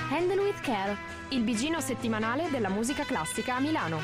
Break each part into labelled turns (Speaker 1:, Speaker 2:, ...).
Speaker 1: Handle with Care, il bigino settimanale della musica classica a Milano.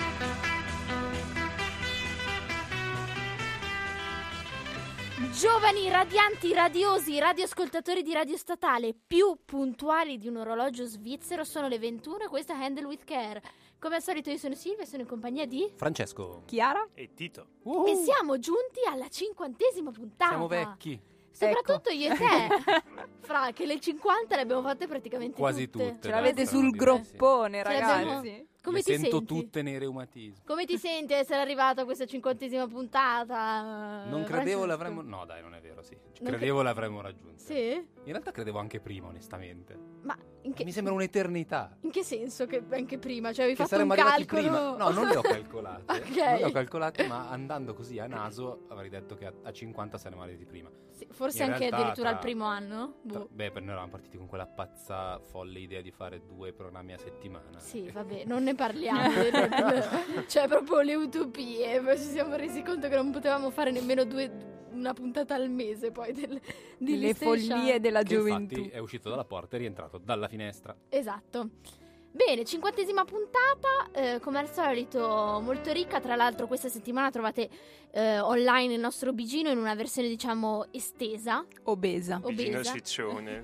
Speaker 2: Giovani, radianti, radiosi, radioascoltatori di Radio Statale, più puntuali di un orologio svizzero, sono le 21 e questa è Handle with Care. Come al solito io sono Silvia e sono in compagnia di
Speaker 3: Francesco,
Speaker 4: Chiara
Speaker 5: e Tito.
Speaker 2: E siamo giunti alla 50ª puntata.
Speaker 3: Siamo vecchi.
Speaker 2: Soprattutto io e te. Fra, che le 50 le abbiamo fatte praticamente
Speaker 3: Quasi tutte.
Speaker 4: ce l'avete sul groppone, ragazzi.
Speaker 2: Come
Speaker 3: Le
Speaker 2: ti
Speaker 3: sento
Speaker 2: senti?
Speaker 3: tutte nei reumatismi.
Speaker 2: Come ti senti essere arrivato a questa 50ª puntata?
Speaker 3: Non credevo
Speaker 2: Francesco?
Speaker 3: l'avremmo... No dai, non è vero, sì.
Speaker 2: Non
Speaker 3: Credevo l'avremmo raggiunta.
Speaker 2: Sì?
Speaker 3: In realtà credevo anche prima, onestamente.
Speaker 2: Ma in che,
Speaker 3: Mi sembra un'eternità.
Speaker 2: in che senso che anche prima? Cioè avevi
Speaker 3: Che
Speaker 2: fatto un
Speaker 3: saremmo arrivati
Speaker 2: calcolo?
Speaker 3: prima. No, non le ho calcolate.
Speaker 2: Ok.
Speaker 3: Non le ho calcolate, ma andando così a naso avrei detto che a 50 saremmo arrivati prima.
Speaker 2: Sì, forse
Speaker 3: In
Speaker 2: anche
Speaker 3: realtà
Speaker 2: addirittura
Speaker 3: tra-
Speaker 2: al primo anno? Boh.
Speaker 3: Beh, per noi eravamo partiti con quella pazza folle idea di fare 2 programmi a settimana.
Speaker 2: Sì, vabbè, non ne parliamo. Cioè, proprio le utopie. Poi ci siamo resi conto che non potevamo fare nemmeno una puntata al mese poi di
Speaker 4: Le
Speaker 2: List
Speaker 4: follie
Speaker 2: Station.
Speaker 4: della
Speaker 3: Che
Speaker 4: gioventù.
Speaker 3: infatti è uscito dalla porta e è rientrato dalla finestra.
Speaker 2: Esatto. Bene, 50ª puntata, come al solito molto ricca. Tra l'altro questa settimana trovate online il nostro bigino in una versione diciamo estesa,
Speaker 4: Obesa.
Speaker 5: Vicino
Speaker 2: obesa,
Speaker 5: ciccione.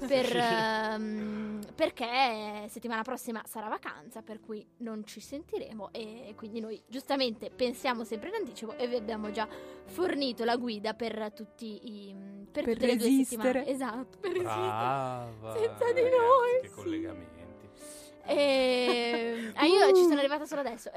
Speaker 2: perché settimana prossima sarà vacanza, per cui non ci sentiremo e quindi noi giustamente pensiamo sempre in anticipo e vi abbiamo già fornito la guida per tutti per tutte le 2
Speaker 4: resistere.
Speaker 2: settimane. Esatto, per resistere.
Speaker 3: Brava!
Speaker 2: Senza di
Speaker 3: ragazzi,
Speaker 2: noi,
Speaker 3: Che
Speaker 2: sì.
Speaker 3: collegamenti.
Speaker 2: Io ci sono arrivata solo adesso.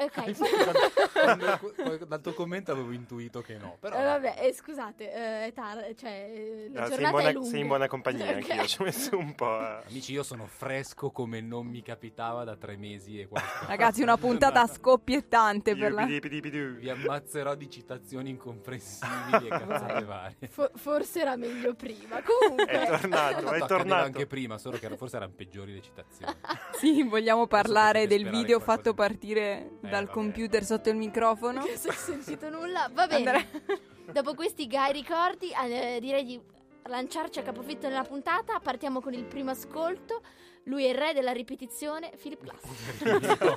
Speaker 3: Dal tuo commento avevo intuito che no, però
Speaker 2: Vabbè, scusate, è tardi, cioè la
Speaker 5: No,
Speaker 2: giornata è lunga.
Speaker 5: sei in buona compagnia
Speaker 2: Ok.
Speaker 5: anch'io, ci ho messo un po' a...
Speaker 3: amici, io sono fresco come non mi capitava da 3 mesi e qualcosa.
Speaker 4: Ragazzi, una puntata scoppiettante per la...
Speaker 3: Vi ammazzerò di citazioni incomprensibili e cazzate varie.
Speaker 2: Forse era meglio prima. Comunque,
Speaker 5: È tornato, è
Speaker 3: Accadeva
Speaker 5: tornato.
Speaker 3: anche prima, solo che forse erano peggiori le citazioni.
Speaker 4: Sì, vogliamo parlare
Speaker 3: potete
Speaker 4: del
Speaker 3: sperare
Speaker 4: video
Speaker 3: in qualcosa
Speaker 4: fatto partire dal
Speaker 3: vabbè.
Speaker 4: computer sotto il microfono.
Speaker 2: non ho sentito nulla. Va bene. Dopo questi gai ricordi, direi di lanciarci a capofitto nella puntata. Partiamo con il primo ascolto. Lui è il re della ripetizione, Philip Glass.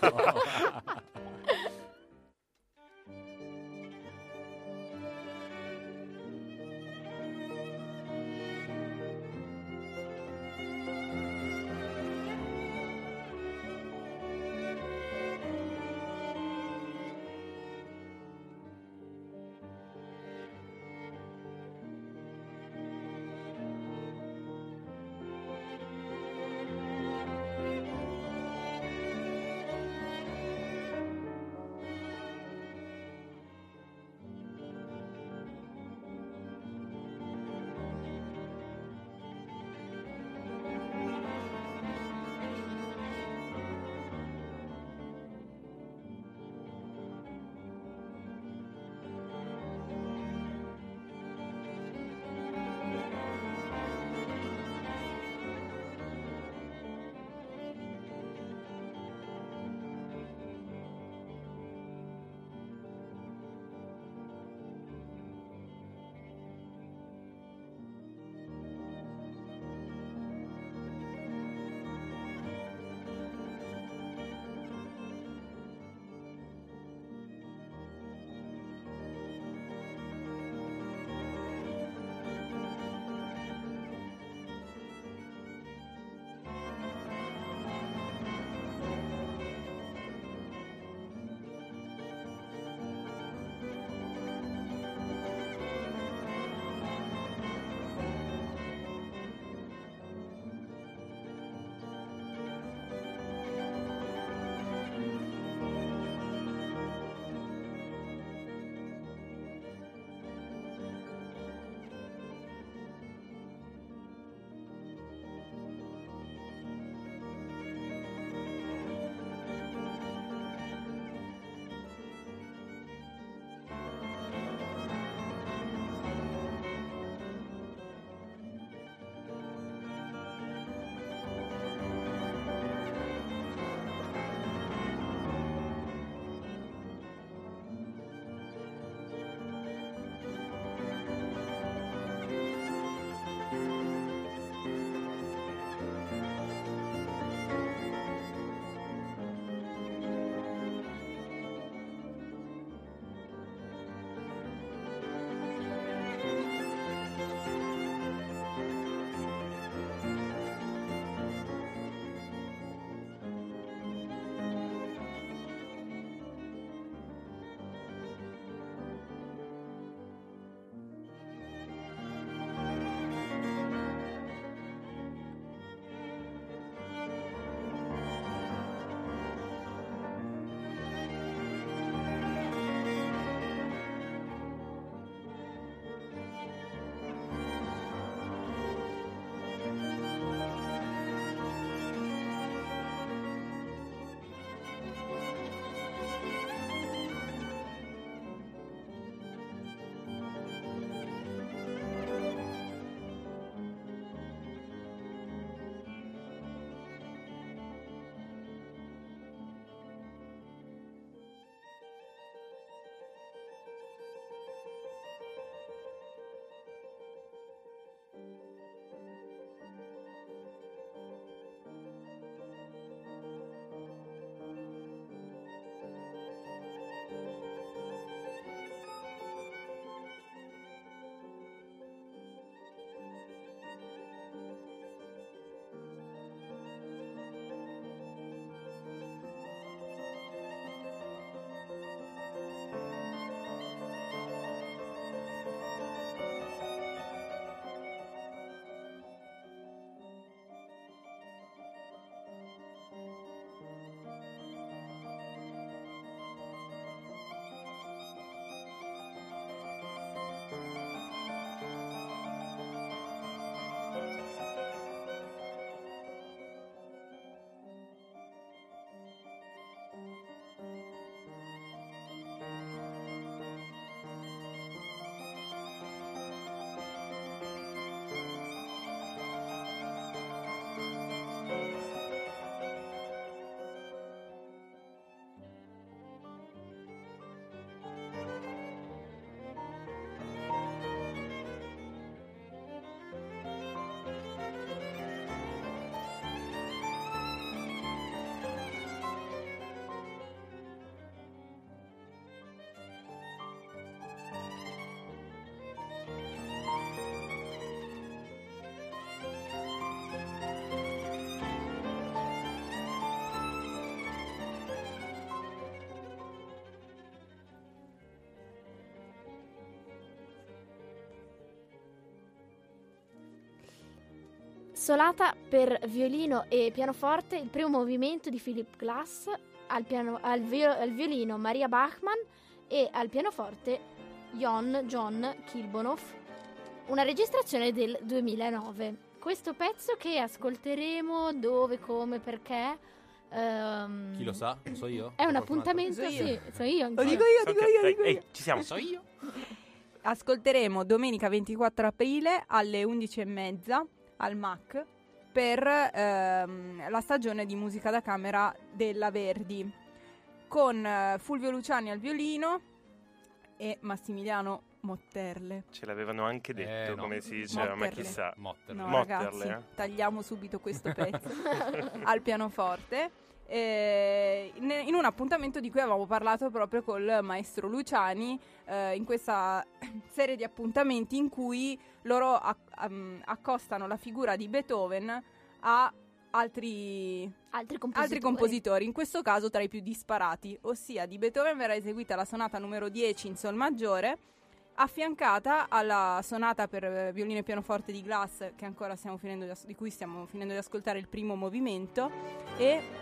Speaker 2: Sonata per violino e pianoforte, il primo movimento di Philip Glass, al violino Maria Bachmann e al pianoforte John Kilbonov, una registrazione del 2009. Questo pezzo che ascolteremo dove, come, perché...
Speaker 3: Chi lo sa? Lo so io?
Speaker 2: È un
Speaker 3: Qualcun
Speaker 2: appuntamento,
Speaker 3: altro?
Speaker 2: sì, so io
Speaker 4: Lo
Speaker 2: anch'io.
Speaker 4: dico io.
Speaker 5: Ehi, ci siamo.
Speaker 3: So io?
Speaker 4: Ascolteremo domenica 24 aprile alle 11:30 al MAC per la stagione di musica da camera della Verdi, con Fulvio Luciani al violino e Massimiliano Motterle.
Speaker 5: Ce l'avevano anche detto,
Speaker 3: no.
Speaker 5: come si diceva, ma
Speaker 4: Motterle.
Speaker 5: chissà.
Speaker 3: Motterle.
Speaker 4: No,
Speaker 5: Motterle,
Speaker 4: ragazzi, tagliamo subito questo pezzo al pianoforte. In un appuntamento di cui avevamo parlato proprio col maestro Luciani, in questa serie di appuntamenti in cui loro accostano la figura di Beethoven a altri compositori, in questo caso tra i più disparati, ossia di Beethoven verrà eseguita la sonata numero 10 in sol maggiore, affiancata alla sonata per violino e pianoforte di Glass, che ancora di cui stiamo finendo di ascoltare il primo movimento, e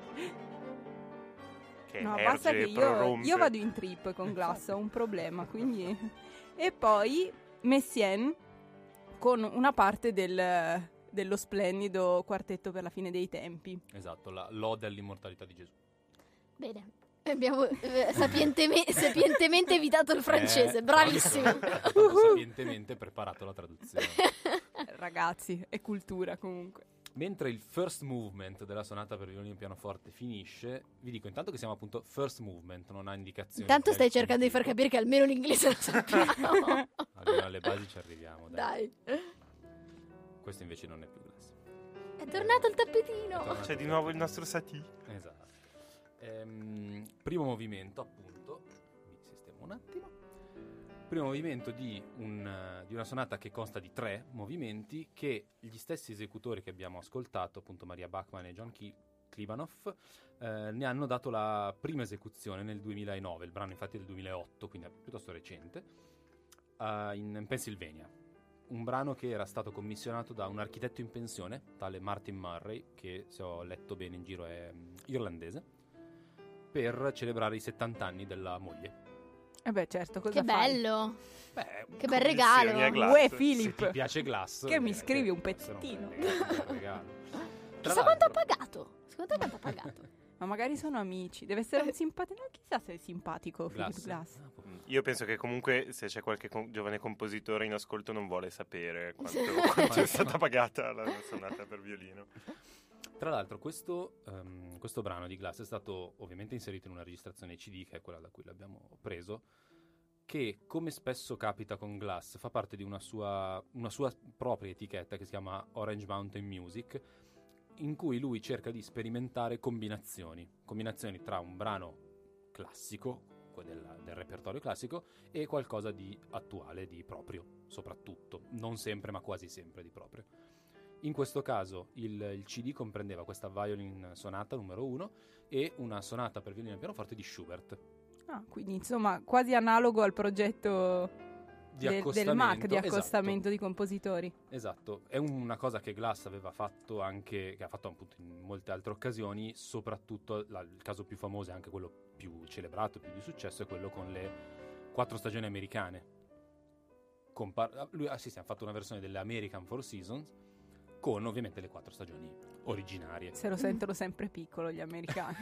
Speaker 5: Che
Speaker 4: no,
Speaker 5: emerge
Speaker 4: basta che
Speaker 5: e prorompe.
Speaker 4: io vado in trip con Glass, ho un problema, quindi... E poi Messiaen con una parte dello splendido quartetto per la fine dei tempi.
Speaker 3: Esatto, la lode all'immortalità di Gesù.
Speaker 2: Bene, abbiamo sapientemente evitato il francese, bravissimo.
Speaker 3: Abbiamo sapientemente preparato la traduzione.
Speaker 4: Ragazzi, è cultura comunque.
Speaker 3: Mentre il first movement della sonata per violino e pianoforte finisce, vi dico intanto che siamo appunto first movement, non ha indicazioni.
Speaker 2: Intanto stai
Speaker 3: per il
Speaker 2: cercando di far
Speaker 3: continuo.
Speaker 2: capire che almeno l'inglese lo sappiamo.
Speaker 3: Allora, alle basi ci arriviamo, dai.
Speaker 2: Dai.
Speaker 3: Questo invece non è più Glass.
Speaker 2: È tornato il tappetino.
Speaker 3: tornato.
Speaker 5: C'è di nuovo il nostro Satie.
Speaker 3: Esatto. Primo movimento, appunto. Mi sistemo un attimo. Primo movimento di una sonata che consta di 3 movimenti che gli stessi esecutori che abbiamo ascoltato, appunto Maria Bachmann e John Klibanov, ne hanno dato la prima esecuzione nel 2009. Il brano infatti è del 2008, quindi è piuttosto recente, in Pennsylvania. Un brano che era stato commissionato da un architetto in pensione, tale Martin Murray, che se ho letto bene in giro è irlandese, per celebrare i 70 anni della moglie.
Speaker 4: E beh, certo, cosa
Speaker 2: Che
Speaker 4: fai?
Speaker 2: bello.
Speaker 3: Beh,
Speaker 2: Che bel
Speaker 5: Commissioni a
Speaker 2: regalo.
Speaker 5: Glass.
Speaker 4: Uè,
Speaker 3: se
Speaker 4: Philip,
Speaker 3: ti piace Glass,
Speaker 4: che mi scrivi un
Speaker 3: può essere
Speaker 4: pezzettino.
Speaker 3: un bel regalo. Tra
Speaker 2: Chissà quanto ha
Speaker 3: l'altro-
Speaker 2: pagato. Secondo te quanto ha pagato?
Speaker 4: Ma magari sono amici, deve essere un simpatico. No, chissà se è simpatico Philip Glass.
Speaker 3: Ah,
Speaker 5: Io penso che comunque se c'è qualche giovane compositore in ascolto non vuole sapere quanto è stata pagata la sonata per violino.
Speaker 3: Tra l'altro questo brano di Glass è stato ovviamente inserito in una registrazione CD, che è quella da cui l'abbiamo preso, che, come spesso capita con Glass, fa parte di una sua propria etichetta che si chiama Orange Mountain Music, in cui lui cerca di sperimentare combinazioni tra un brano classico, del repertorio classico, e qualcosa di attuale, di proprio, soprattutto, non sempre ma quasi sempre di proprio. In questo caso il CD comprendeva questa violin sonata numero 1 e una sonata per violino e pianoforte di Schubert.
Speaker 4: Ah, quindi insomma quasi analogo al progetto del MAC di accostamento di compositori.
Speaker 3: Esatto, è una cosa che Glass aveva fatto anche, che ha fatto appunto in molte altre occasioni, soprattutto il caso più famoso e anche quello più celebrato, più di successo, è quello con le 4 stagioni americane. Lui ha fatto una versione delle American Four Seasons con ovviamente le 4 stagioni originarie.
Speaker 4: Se lo sentono sempre piccolo gli americani.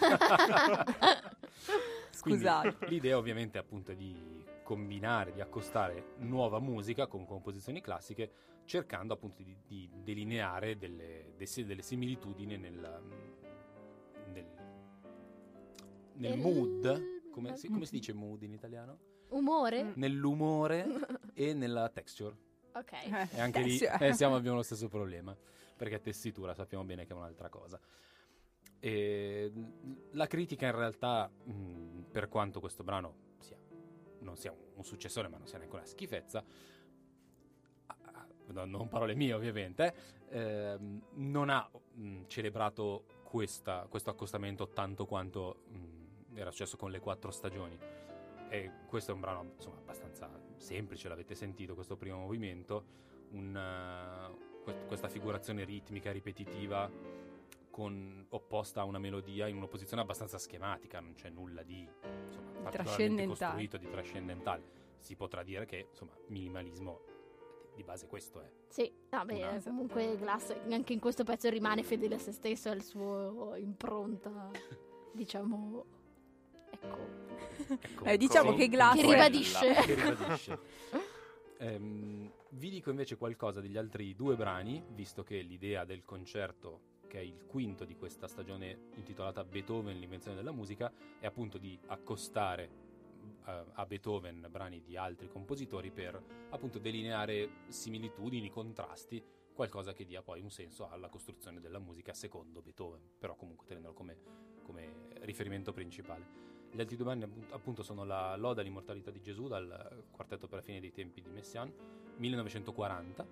Speaker 3: Quindi
Speaker 4: Scusate.
Speaker 3: l'idea ovviamente appunto è di combinare, di accostare nuova musica con composizioni classiche, cercando appunto di delineare delle similitudini nel mood, come si dice mood in italiano?
Speaker 2: Umore?
Speaker 3: Nell'umore e nella texture.
Speaker 2: Ok.
Speaker 3: E anche lì abbiamo lo stesso problema, perché tessitura sappiamo bene che è un'altra cosa. E la critica in realtà, per quanto questo brano non sia un successore, ma non sia neanche una schifezza, non parole mie ovviamente, non ha celebrato questo accostamento tanto quanto era successo con le 4 stagioni. E questo è un brano insomma abbastanza semplice, l'avete sentito questo primo movimento, un questa figurazione ritmica ripetitiva opposta a una melodia in un'opposizione abbastanza schematica, non c'è nulla di particolarmente costruito, di trascendentale. Si potrà dire che minimalismo di base questo è.
Speaker 2: Sì, comunque Glass anche in questo pezzo rimane fedele a se stesso, al suo impronta, diciamo,
Speaker 4: diciamo che Glass
Speaker 2: che ribadisce.
Speaker 3: Vi dico invece qualcosa degli altri 2 brani, visto che l'idea del concerto, che è il quinto di questa stagione intitolata Beethoven, l'invenzione della musica, è appunto di accostare a Beethoven brani di altri compositori per appunto delineare similitudini, contrasti, qualcosa che dia poi un senso alla costruzione della musica secondo Beethoven, però comunque tenendolo come riferimento principale. Gli altri 2 brani appunto sono la Loda all'immortalità di Gesù dal quartetto per la fine dei tempi di Messiaen, 1940.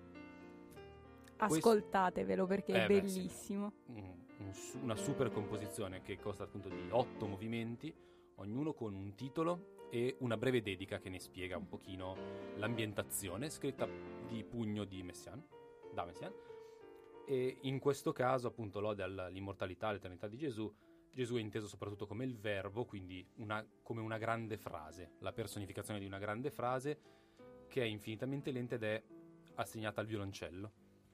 Speaker 4: Ascoltatevelo perché è bellissimo.
Speaker 3: Sì. Una super composizione che consta appunto di 8 movimenti, ognuno con un titolo e una breve dedica che ne spiega un pochino l'ambientazione, scritta di pugno da Messiaen. E in questo caso appunto Lode all'immortalità, all'eternità di Gesù è inteso soprattutto come il verbo, quindi come una grande frase, la personificazione di una grande frase che è infinitamente lenta ed è assegnata al violoncello.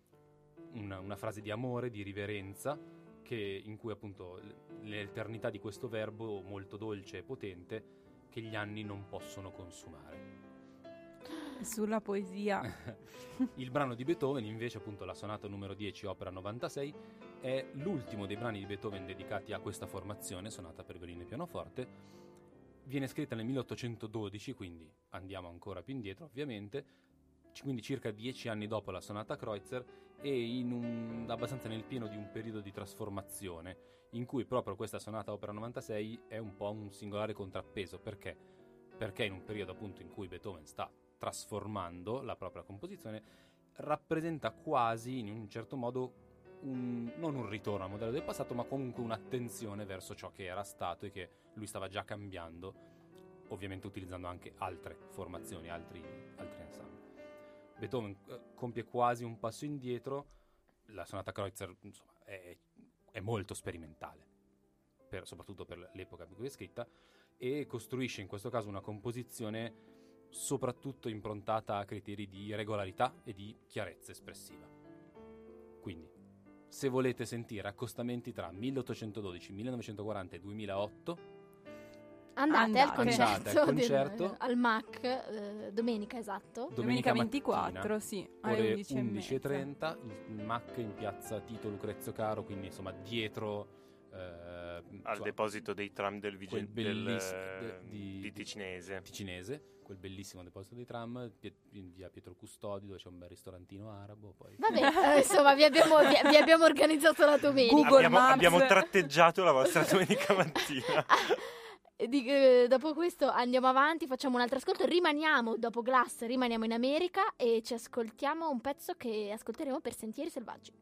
Speaker 3: Una frase di amore, di riverenza, in cui appunto l'eternità di questo verbo molto dolce e potente che gli anni non possono consumare.
Speaker 4: Sulla poesia.
Speaker 3: Il brano di Beethoven invece, appunto la sonata numero 10 opera 96, è l'ultimo dei brani di Beethoven dedicati a questa formazione, sonata per violino e pianoforte. Viene scritta nel 1812, quindi andiamo ancora più indietro ovviamente, quindi circa 10 anni dopo la sonata Kreutzer, e abbastanza nel pieno di un periodo di trasformazione in cui proprio questa sonata opera 96 è un po' un singolare contrappeso. Perché in un periodo appunto in cui Beethoven sta trasformando la propria composizione, rappresenta quasi in un certo modo non un ritorno al modello del passato, ma comunque un'attenzione verso ciò che era stato e che lui stava già cambiando, ovviamente utilizzando anche altre formazioni, altri ensemble. Beethoven compie quasi un passo indietro. La sonata Kreutzer è molto sperimentale, soprattutto per l'epoca in cui è scritta, e costruisce in questo caso una composizione soprattutto improntata a criteri di regolarità e di chiarezza espressiva. Quindi, se volete sentire accostamenti tra 1812, 1940 e 2008,
Speaker 2: andate al concerto
Speaker 1: al MAC domenica, esatto.
Speaker 4: Domenica 24, sì,
Speaker 3: ore
Speaker 4: 11:30.
Speaker 3: Il MAC in piazza Tito Lucrezio Caro, quindi insomma dietro
Speaker 5: al deposito dei tram del di
Speaker 3: Ticinese, quel bellissimo deposito dei tram, via Pietro Custodi, dove c'è un bel ristorantino arabo. Poi.
Speaker 2: Vabbè, insomma, vi abbiamo organizzato la domenica.
Speaker 5: Abbiamo tratteggiato la vostra domenica mattina.
Speaker 2: Dopo questo andiamo avanti, facciamo un altro ascolto, dopo Glass rimaniamo in America e ci ascoltiamo un pezzo che ascolteremo per Sentieri Selvaggi.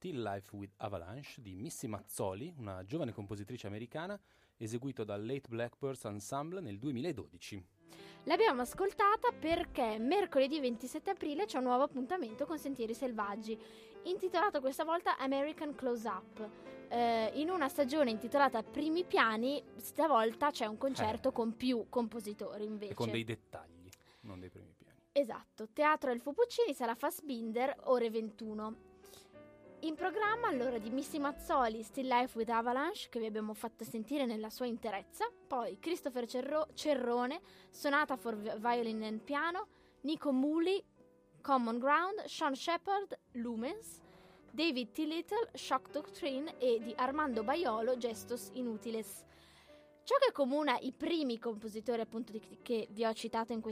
Speaker 3: Still Life with Avalanche di Missy Mazzoli, una giovane compositrice americana, eseguito dal Late Blackbirds Ensemble nel 2012.
Speaker 2: L'abbiamo ascoltata perché mercoledì 27 aprile c'è un nuovo appuntamento con Sentieri Selvaggi, intitolato questa volta American Close Up. In una stagione intitolata Primi Piani, stavolta c'è un concerto con più compositori invece.
Speaker 3: E con dei dettagli, non dei primi piani.
Speaker 2: Esatto, Teatro Elfo Puccini, Sala Fassbinder, ore 21. In programma allora di Missy Mazzoli, Still Life with Avalanche, che vi abbiamo fatto sentire nella sua interezza, poi Christopher Cerrone, Sonata for Violin and Piano, Nico Muli, Common Ground, Sean Shepard, Lumens, David T. Little, Shock Doctrine e di Armando Baiolo, Gestos Inutiles. Ciò che accomuna i primi compositori appunto che vi ho citato in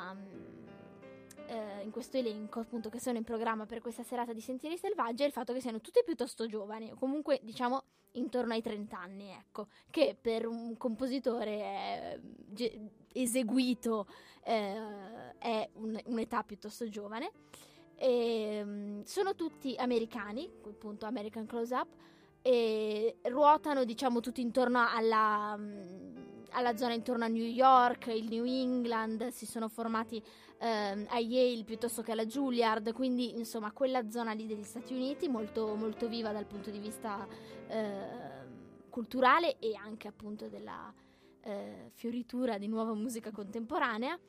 Speaker 2: questo elenco appunto che sono in programma per questa serata di Sentieri Selvaggi è il fatto che siano tutti piuttosto giovani, o comunque diciamo intorno ai 30 anni, ecco, che per un compositore eseguito è un'età piuttosto giovane. Sono tutti americani, appunto American Close Up, e ruotano diciamo tutti intorno alla zona intorno a New York, il New England, si sono formati a Yale piuttosto che alla Juilliard, quindi insomma quella zona lì degli Stati Uniti molto, molto viva dal punto di vista culturale e anche appunto della fioritura di nuova musica contemporanea,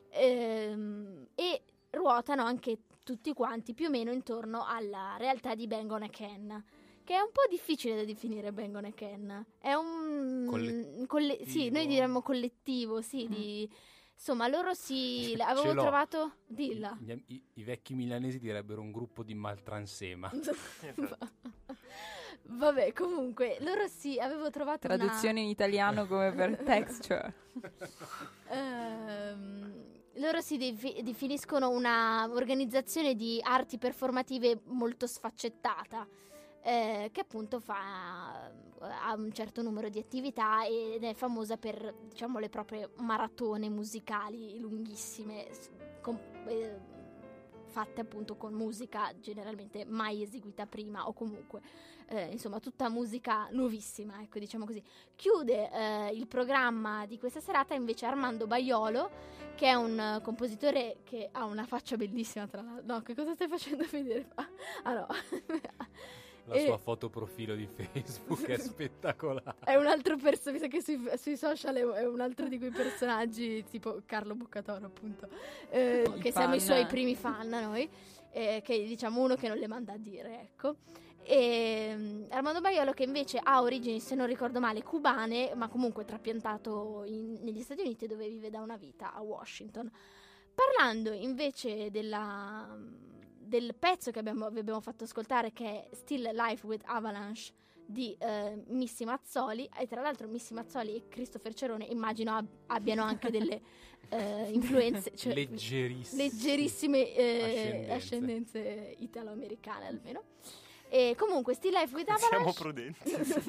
Speaker 2: e ruotano anche tutti quanti più o meno intorno alla realtà di Bang on a Can, che è un po' difficile da definire. Bang on a Can è un sì, noi diremmo collettivo, sì, di insomma loro avevo trovato dilla.
Speaker 3: I vecchi milanesi direbbero un gruppo di maltransema.
Speaker 2: Vabbè, comunque loro avevo trovato
Speaker 4: traduzione in italiano come per texture.
Speaker 2: Loro si definiscono una organizzazione di arti performative molto sfaccettata, che appunto ha un certo numero di attività ed è famosa per, diciamo, le proprie maratone musicali lunghissime, fatte appunto con musica generalmente mai eseguita prima, o comunque insomma tutta musica nuovissima, ecco, diciamo così. Chiude il programma di questa serata invece Armando Baiolo, che è un compositore che ha una faccia bellissima, tra l'altro. No, che cosa stai facendo vedere? Ah no.
Speaker 3: La sua foto profilo di Facebook è spettacolare.
Speaker 2: È un altro mi sa che sui social è un altro di quei personaggi, tipo Carlo Boccatoro appunto, che siamo i suoi primi fan noi, che diciamo uno che non le manda a dire, ecco. E Armando Baiolo, che invece ha origini, se non ricordo male, cubane, ma comunque trapiantato negli Stati Uniti, dove vive da una vita, a Washington. Parlando invece del pezzo che vi abbiamo fatto ascoltare, che è Still Life with Avalanche di Missy Mazzoli, e tra l'altro Missy Mazzoli e Christopher Cerrone immagino abbiano anche delle influenze, cioè leggerissime ascendenze italo-americane almeno. E comunque Still Life with Avalanche,
Speaker 5: siamo prudenti.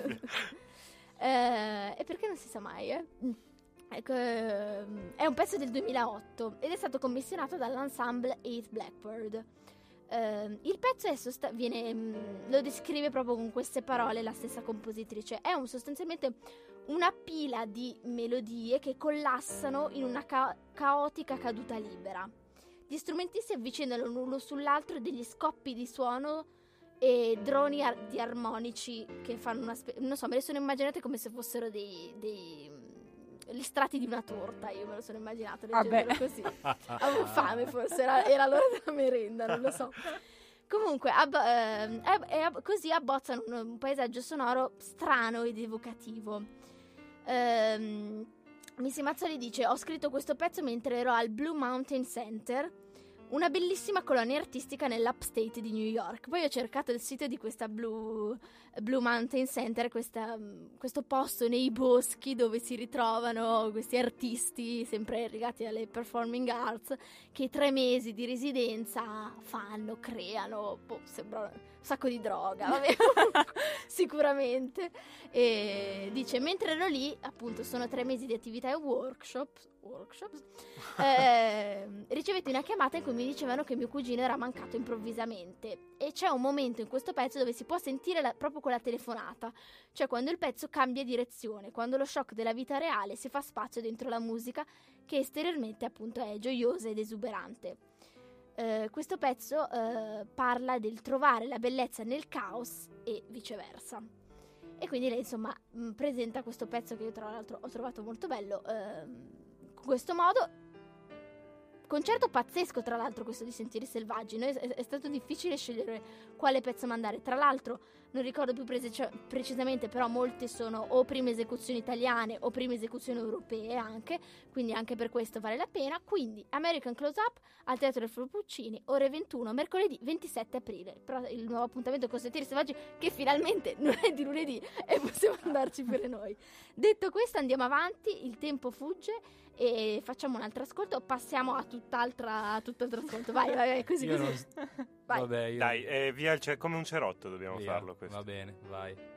Speaker 2: e perché non si sa mai, ecco, è un pezzo del 2008 ed è stato commissionato dall'ensemble Eighth Blackbird. Il pezzo lo descrive proprio con queste parole la stessa compositrice. È sostanzialmente una pila di melodie che collassano in una caotica caduta libera. Gli strumentisti avvicinano l'uno sull'altro degli scoppi di suono e droni di armonici che fanno non so, me le sono immaginate come se fossero gli strati di una torta. Io me lo sono immaginato leggendolo così. Avevo fame, forse era l'ora della merenda, non lo so. Comunque così abbozzano un paesaggio sonoro strano ed evocativo. Missy Mazzoli dice: ho scritto questo pezzo mentre ero al Blue Mountain Center, una bellissima colonia artistica nell'upstate di New York. Poi ho cercato il sito di questa Blue Mountain Center, questo posto nei boschi dove si ritrovano questi artisti sempre legati alle performing arts, che 3 mesi di residenza creano, sembra un sacco di droga, vabbè. sicuramente. E dice: mentre ero lì, appunto, sono 3 mesi di attività e workshops, ricevetti una chiamata in cui mi dicevano che mio cugino era mancato improvvisamente. E c'è un momento in questo pezzo dove si può sentire proprio quella telefonata, cioè quando il pezzo cambia direzione, quando lo shock della vita reale si fa spazio dentro la musica, che esteriormente appunto è gioiosa ed esuberante. Questo pezzo parla del trovare la bellezza nel caos e viceversa. E quindi lei insomma presenta questo pezzo che io tra l'altro ho trovato molto bello, in questo modo. Concerto pazzesco, tra l'altro, questo di Sentieri Selvaggi. È stato difficile scegliere quale pezzo mandare. Tra l'altro, non ricordo più precisamente, però molte sono o prime esecuzioni italiane o prime esecuzioni europee anche, quindi anche per questo vale la pena. Quindi American Close Up al Teatro del Foro Puccini, ore 21, mercoledì 27 aprile. Però il nuovo appuntamento con Sentieri Selvaggi, che finalmente non è di lunedì e possiamo andarci pure noi. Detto questo, andiamo avanti, il tempo fugge e facciamo un altro ascolto, passiamo a tutt'altro ascolto. Vai, così. Vai.
Speaker 3: Vabbè,
Speaker 5: Dai, via come un cerotto dobbiamo farlo questo.
Speaker 3: Va bene, vai.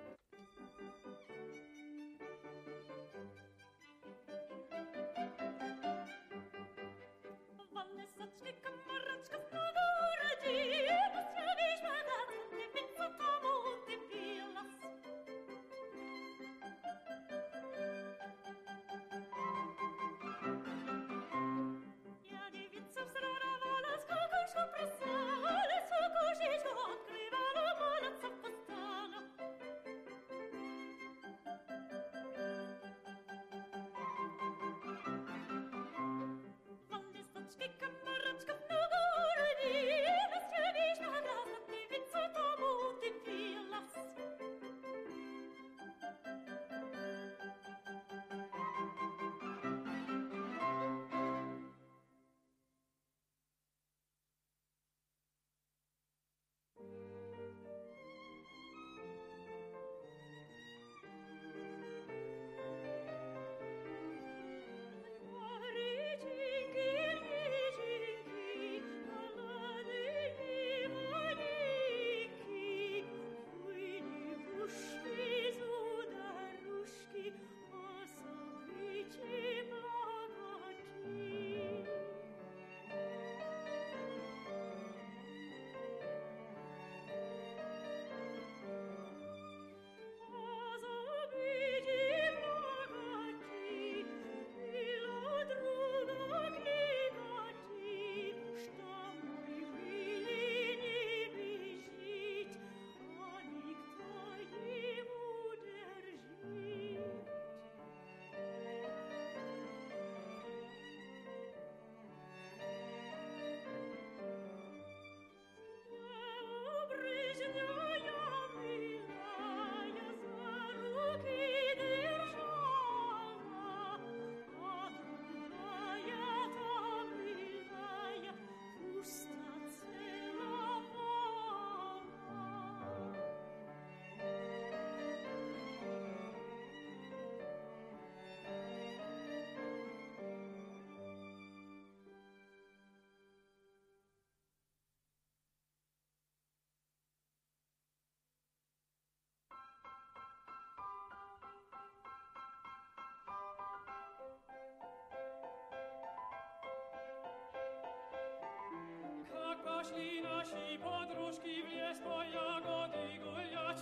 Speaker 6: Пошли наши подружки в лес по ягоды гулять.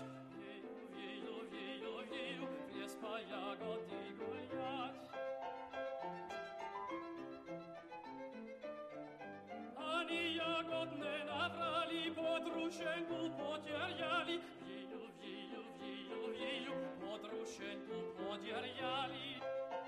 Speaker 6: Вею, в лес по ягоды гулять. Они ягодные набрали, подруженьку потеряли. Вею, подруженьку потеряли.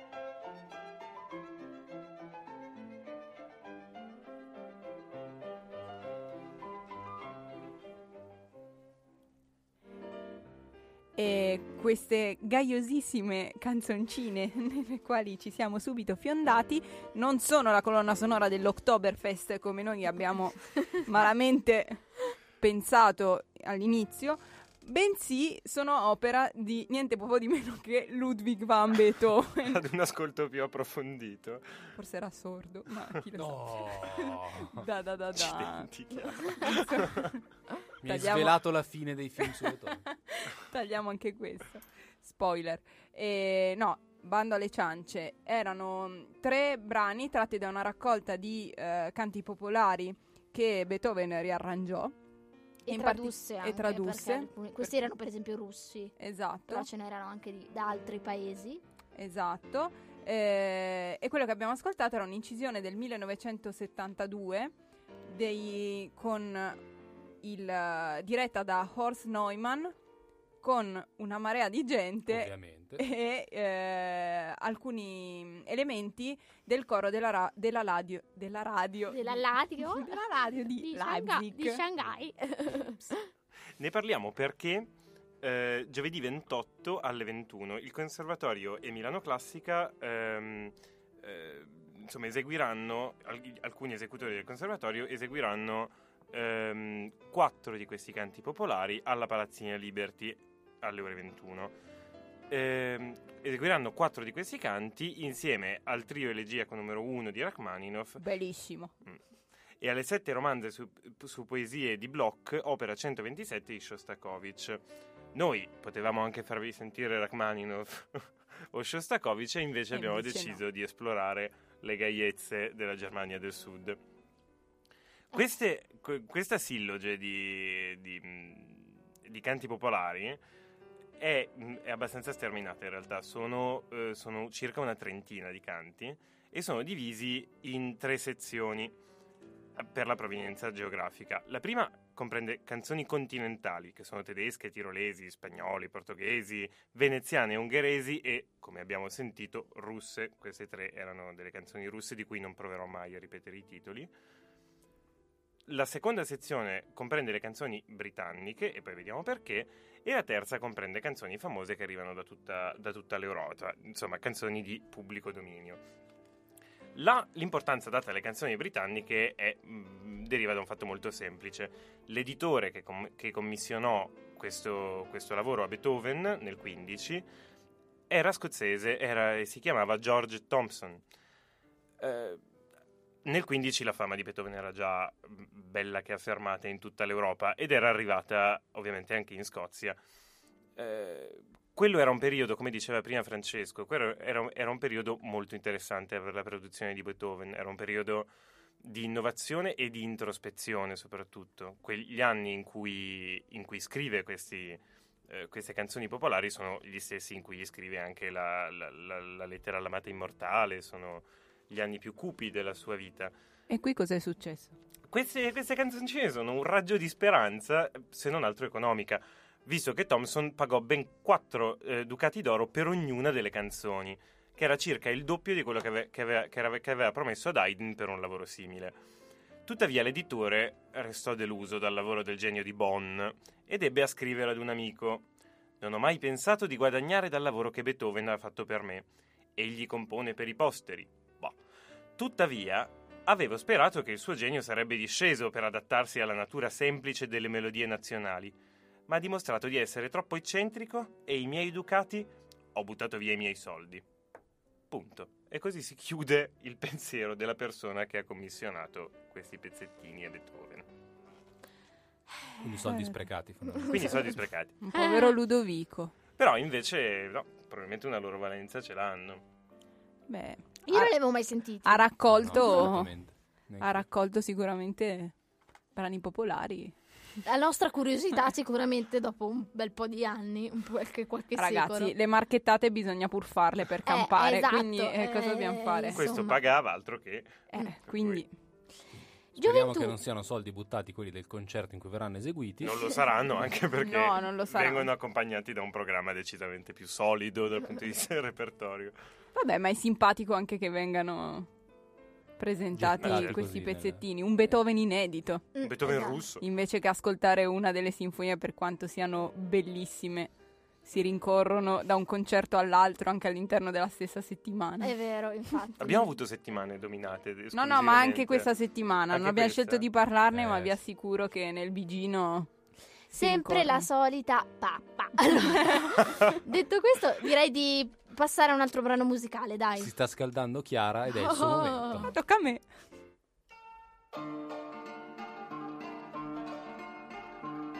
Speaker 4: E queste gaiosissime canzoncine nelle quali ci siamo subito fiondati non sono la colonna sonora dell'Oktoberfest come noi abbiamo malamente pensato all'inizio, bensì sono opera di niente poco di meno che Ludwig van Beethoven.
Speaker 5: Ad un ascolto più approfondito.
Speaker 4: Forse era sordo, ma chi lo
Speaker 3: No.
Speaker 4: sa. Da.
Speaker 5: Accidenti, Chiara.
Speaker 3: Mi hai svelato la fine dei film su Beethoven.
Speaker 4: Tagliamo anche questo. Spoiler. No, Bando alle ciance. Erano 3 brani tratti da una raccolta di canti popolari che Beethoven riarrangiò.
Speaker 2: E tradusse anche. Perché questi erano per esempio russi.
Speaker 4: Esatto.
Speaker 2: Però ce n'erano anche da altri paesi.
Speaker 4: Esatto. E quello che abbiamo ascoltato era un'incisione del 1972 diretta da Horst Neumann, con una marea di gente,
Speaker 3: ovviamente,
Speaker 4: e alcuni elementi del coro della radio di Leipzig.
Speaker 2: Di Shanghai.
Speaker 5: Ne parliamo perché giovedì 28 alle 21 il Conservatorio e Milano Classica insomma eseguiranno, alcuni esecutori del Conservatorio eseguiranno 4 di questi canti popolari alla Palazzina Liberty alle ore 21. Eseguiranno 4 di questi canti insieme al trio elegiaco numero 1 di Rachmaninoff,
Speaker 4: bellissimo,
Speaker 5: e alle 7 romanze su poesie di Bloch, opera 127 di Shostakovich. Noi potevamo anche farvi sentire Rachmaninoff o Shostakovich, e invece abbiamo deciso di esplorare le gaiezze della Germania del Sud. Questa silloge di canti popolari è abbastanza sterminata in realtà. Sono circa una trentina di canti e sono divisi in 3 sezioni per la provenienza geografica. La prima comprende canzoni continentali, che sono tedesche, tirolesi, spagnoli, portoghesi, veneziane, ungheresi e, come abbiamo sentito, russe. Queste 3 erano delle canzoni russe di cui non proverò mai a ripetere i titoli. La seconda sezione comprende le canzoni britanniche, e poi vediamo perché, e la terza comprende canzoni famose che arrivano da tutta l'Europa, insomma canzoni di pubblico dominio. L'importanza data alle canzoni britanniche deriva da un fatto molto semplice. L'editore che commissionò questo lavoro a Beethoven nel 15 era scozzese, si chiamava George Thompson. Nel 15 la fama di Beethoven era già bella che affermata in tutta l'Europa ed era arrivata ovviamente anche in Scozia. Quello era un periodo, come diceva prima Francesco, era un periodo molto interessante per la produzione di Beethoven, era un periodo di innovazione e di introspezione soprattutto. Quegli anni in cui scrive queste canzoni popolari sono gli stessi in cui gli scrive anche la lettera all'amata immortale, sono gli anni più cupi della sua vita.
Speaker 4: E qui cos'è successo?
Speaker 5: Queste canzoncine sono un raggio di speranza, se non altro economica, visto che Thompson pagò ben 4 ducati d'oro per ognuna delle canzoni, che era circa il doppio di quello che aveva promesso ad Haydn per un lavoro simile. Tuttavia l'editore restò deluso dal lavoro del genio di Bonn ed ebbe a scrivere ad un amico: «Non ho mai pensato di guadagnare dal lavoro che Beethoven ha fatto per me. Egli compone per i posteri. Boh. Tuttavia avevo sperato che il suo genio sarebbe disceso per adattarsi alla natura semplice delle melodie nazionali, ma ha dimostrato di essere troppo eccentrico e i miei ducati ho buttato via i miei soldi». Punto. E così si chiude il pensiero della persona che ha commissionato questi pezzettini a Beethoven.
Speaker 3: Quindi soldi sprecati.
Speaker 4: Un povero Ludovico.
Speaker 5: Però invece no, probabilmente una loro valenza ce l'hanno.
Speaker 4: Beh,
Speaker 2: io non li avevo mai sentiti.
Speaker 4: Ha raccolto
Speaker 3: No,
Speaker 4: sicuramente brani popolari.
Speaker 2: La nostra curiosità sicuramente dopo un bel po' di anni, qualche
Speaker 4: Ragazzi,
Speaker 2: secolo.
Speaker 4: le marchettate bisogna pur farle per campare,
Speaker 2: esatto,
Speaker 4: quindi cosa dobbiamo fare?
Speaker 5: Questo
Speaker 2: Insomma.
Speaker 5: pagava, altro che.
Speaker 4: Quindi
Speaker 3: Speriamo che non siano soldi buttati quelli del concerto in cui verranno eseguiti.
Speaker 5: Non lo saranno, anche perché
Speaker 4: No, non lo saranno.
Speaker 5: vengono accompagnati da un programma decisamente più solido dal punto di vista del repertorio.
Speaker 4: vabbè, ma è simpatico anche che vengano presentati
Speaker 5: Giocare
Speaker 4: questi
Speaker 3: così,
Speaker 4: pezzettini, un Beethoven inedito,
Speaker 5: Un Beethoven
Speaker 2: esatto.
Speaker 5: russo.
Speaker 4: invece che ascoltare una delle sinfonie, per quanto siano bellissime, si rincorrono da un concerto all'altro anche all'interno della stessa settimana.
Speaker 2: È vero, infatti.
Speaker 5: Abbiamo avuto settimane dominate.
Speaker 4: No,
Speaker 5: esclusivamente.
Speaker 4: ma anche questa settimana.
Speaker 5: Anche
Speaker 4: Non abbiamo
Speaker 5: questa?
Speaker 4: scelto di parlarne, ma
Speaker 3: Sì.
Speaker 4: vi assicuro che nel Bigino
Speaker 2: Sempre la
Speaker 4: rincorrono.
Speaker 2: solita pappa. Allora, detto questo, direi di passare a un altro brano musicale, dai.
Speaker 3: Si sta scaldando Chiara ed è il suo
Speaker 2: Oh.
Speaker 3: momento.
Speaker 4: Tocca a me.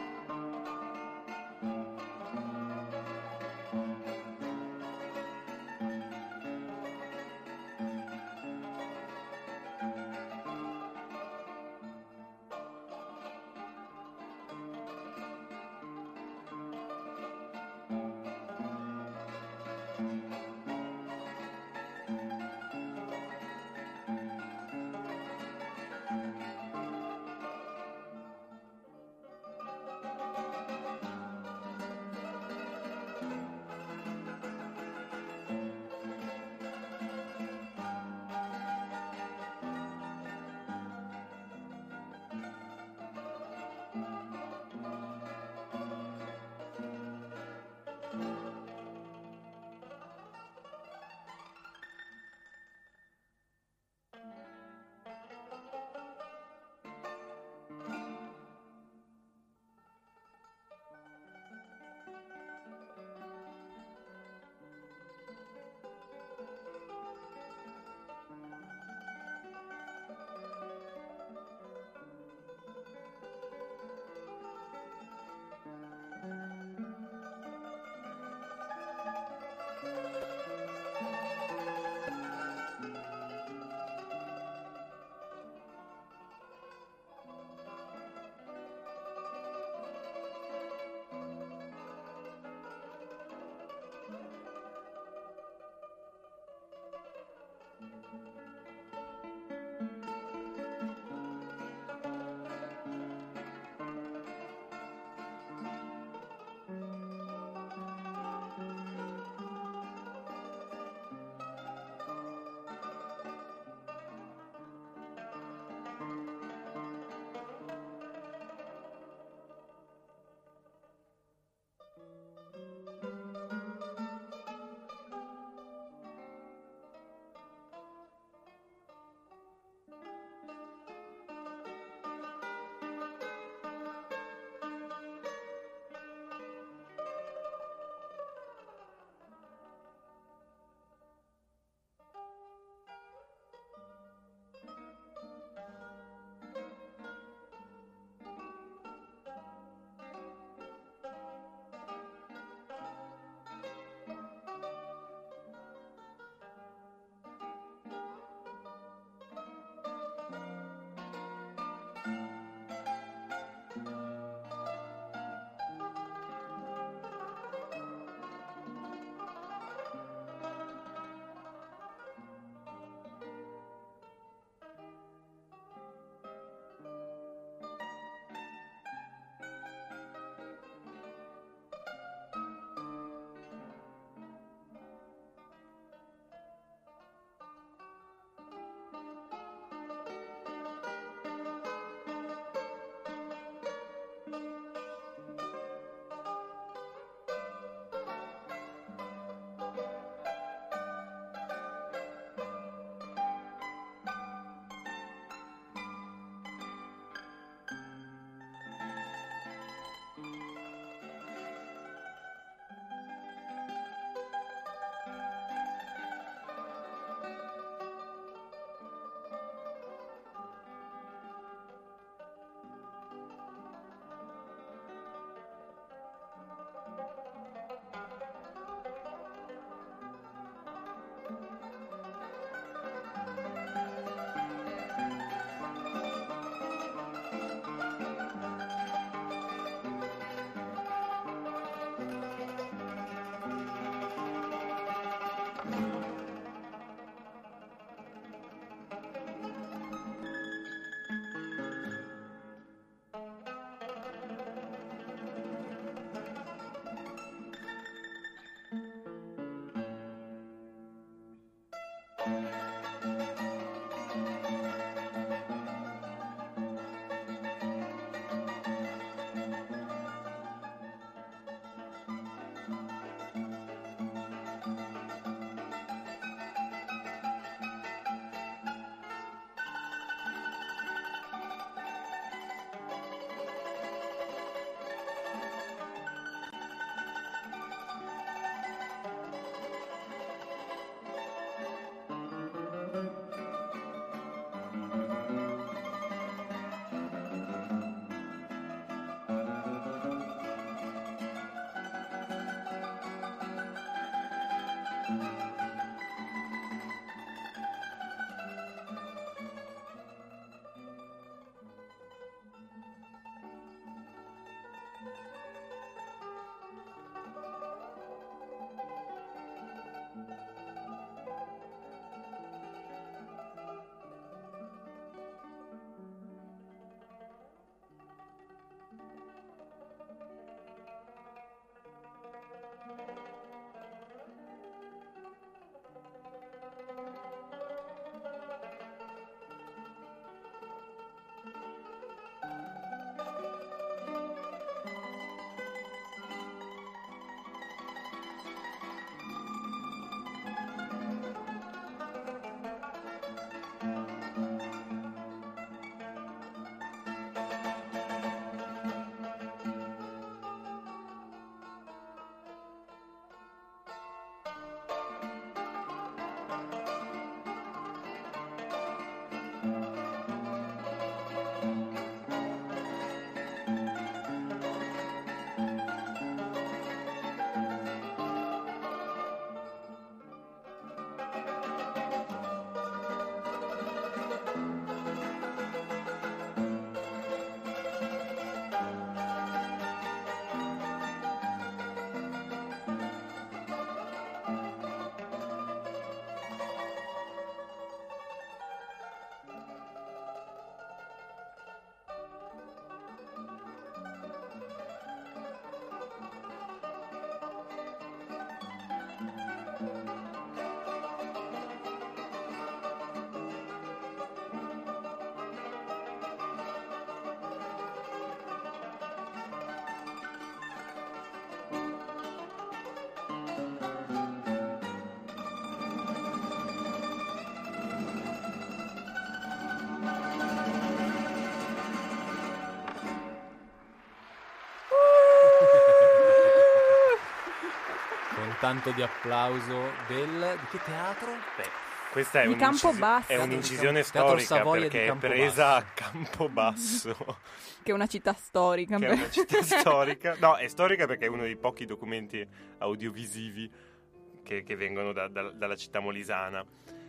Speaker 3: Tanto di applauso di che teatro?
Speaker 5: Beh, questa è,
Speaker 4: di Campobasso.
Speaker 5: È un'incisione
Speaker 3: Teatro
Speaker 5: storica
Speaker 3: Savoia
Speaker 5: perché
Speaker 3: di
Speaker 5: è presa a Campobasso.
Speaker 4: Che è una città storica.
Speaker 5: Che è una città storica. No, è storica perché è uno dei pochi documenti audiovisivi che vengono dalla città molisana.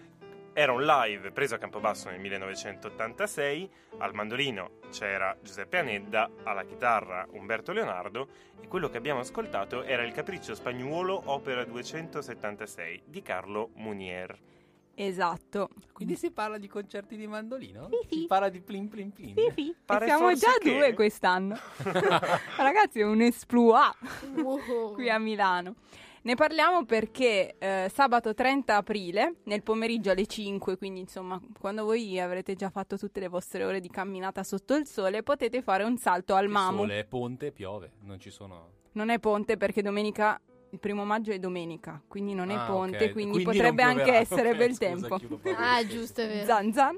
Speaker 5: Era un live preso a Campobasso nel 1986, al mandolino c'era Giuseppe Anedda, alla chitarra Umberto Leonardo, e quello che abbiamo ascoltato era il Capriccio Spagnuolo, opera 276 di Carlo Munier.
Speaker 4: Esatto.
Speaker 3: Quindi si parla di concerti di mandolino?
Speaker 4: Sì.
Speaker 3: Si parla di plin plin plin?
Speaker 4: Sì. E
Speaker 5: Pare
Speaker 4: siamo
Speaker 5: forse
Speaker 4: già
Speaker 5: che-
Speaker 4: 2 quest'anno. Ragazzi, è un esploit
Speaker 2: Wow.
Speaker 4: qui a Milano. Ne parliamo perché sabato 30 aprile, nel pomeriggio alle 5, quindi insomma quando voi avrete già fatto tutte le vostre ore di camminata sotto il sole, potete fare un salto al Mamu.
Speaker 3: Sole, ponte, piove, non ci sono...
Speaker 4: Non è ponte perché domenica, il 1 maggio è domenica, quindi non è
Speaker 3: Ah,
Speaker 4: ponte,
Speaker 3: ok.
Speaker 4: quindi
Speaker 3: non
Speaker 4: potrebbe anche
Speaker 3: pioverà.
Speaker 4: essere
Speaker 3: Ok,
Speaker 4: bel
Speaker 3: scusa,
Speaker 4: tempo.
Speaker 3: chiudo proprio
Speaker 2: Ah,
Speaker 3: il
Speaker 2: giusto, è vero.
Speaker 4: Zan zan.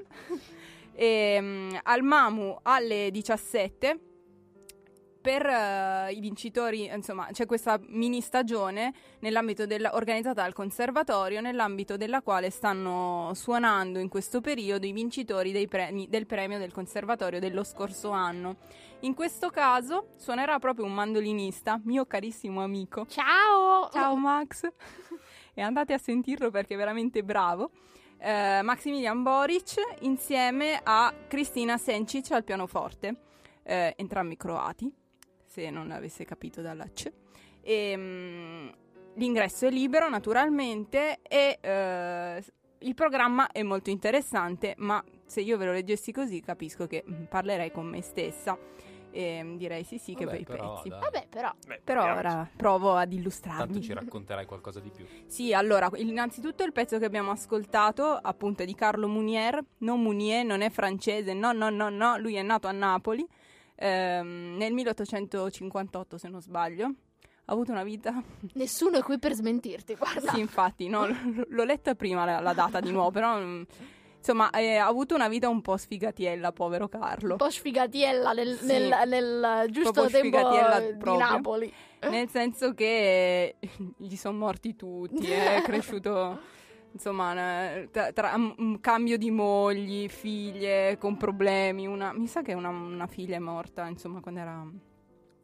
Speaker 4: Al Mamu alle 17 per i vincitori, insomma, c'è questa mini stagione nell'ambito organizzata dal conservatorio, nell'ambito della quale stanno suonando in questo periodo i vincitori del premio del conservatorio dello scorso anno. In questo caso suonerà proprio un mandolinista, mio carissimo amico.
Speaker 2: Ciao!
Speaker 4: Ciao Max! E andate a sentirlo perché è veramente bravo. Maximilian Boric insieme a Cristina Sencic al pianoforte, entrambi croati, se non avesse capito dalla C. L'ingresso è libero naturalmente e il programma è molto interessante, ma se io ve lo leggessi così capisco che parlerei con me stessa e direi sì che
Speaker 3: Vabbè,
Speaker 4: bei
Speaker 3: però,
Speaker 4: pezzi.
Speaker 3: dai.
Speaker 2: Vabbè, però.
Speaker 5: Beh,
Speaker 4: Però
Speaker 5: proviamoci.
Speaker 4: ora provo ad
Speaker 3: Tanto
Speaker 4: illustrarmi.
Speaker 3: ci racconterai qualcosa di più.
Speaker 4: Sì, allora, innanzitutto il pezzo che abbiamo ascoltato, appunto, è di Carlo Munier. Non Munier, non è francese, no, lui è nato a Napoli nel 1858, se non sbaglio. Ha avuto una vita...
Speaker 2: Nessuno è qui per smentirti, guarda.
Speaker 4: Sì, infatti, no, l'ho letta prima la data di nuovo, però... Insomma, ha avuto una vita un po' sfigatiella, povero Carlo.
Speaker 2: Un po' sfigatiella
Speaker 4: Sì.
Speaker 2: nel giusto
Speaker 4: Proprio
Speaker 2: tempo
Speaker 4: sfigatiella
Speaker 2: di
Speaker 4: proprio.
Speaker 2: Napoli.
Speaker 4: Nel senso che gli sono morti tutti, è cresciuto, insomma, tra un cambio di mogli, figlie con problemi. Mi sa che una figlia è morta, insomma, quando era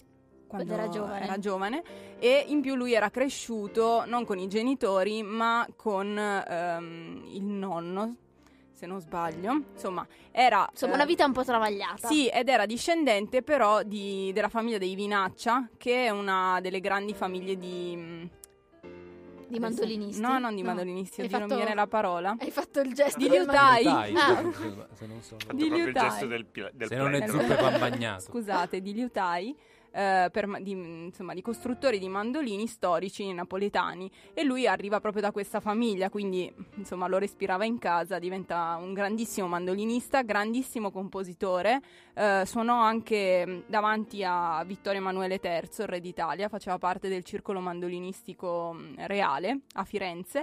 Speaker 2: quando era
Speaker 4: giovane, e in più lui era cresciuto non con i genitori ma con il nonno, se non sbaglio. Insomma, era
Speaker 2: una vita un po' travagliata.
Speaker 4: Sì, ed era discendente però della famiglia dei Vinaccia, che è una delle grandi famiglie di
Speaker 2: mandolinisti?
Speaker 4: No, non di mandolinisti, oddio, non mi viene la parola.
Speaker 2: Hai fatto il gesto
Speaker 4: di
Speaker 2: del
Speaker 4: liutai.
Speaker 3: Se non sono...
Speaker 4: Di
Speaker 5: proprio il
Speaker 4: liutai.
Speaker 5: gesto del
Speaker 3: Se non è zuppe pan bagnato.
Speaker 4: Scusate, di liutai, di costruttori di mandolini storici napoletani, e lui arriva proprio da questa famiglia, quindi insomma lo respirava in casa, diventa un grandissimo mandolinista, grandissimo compositore, suonò anche davanti a Vittorio Emanuele III, il re d'Italia, faceva parte del circolo mandolinistico reale a Firenze,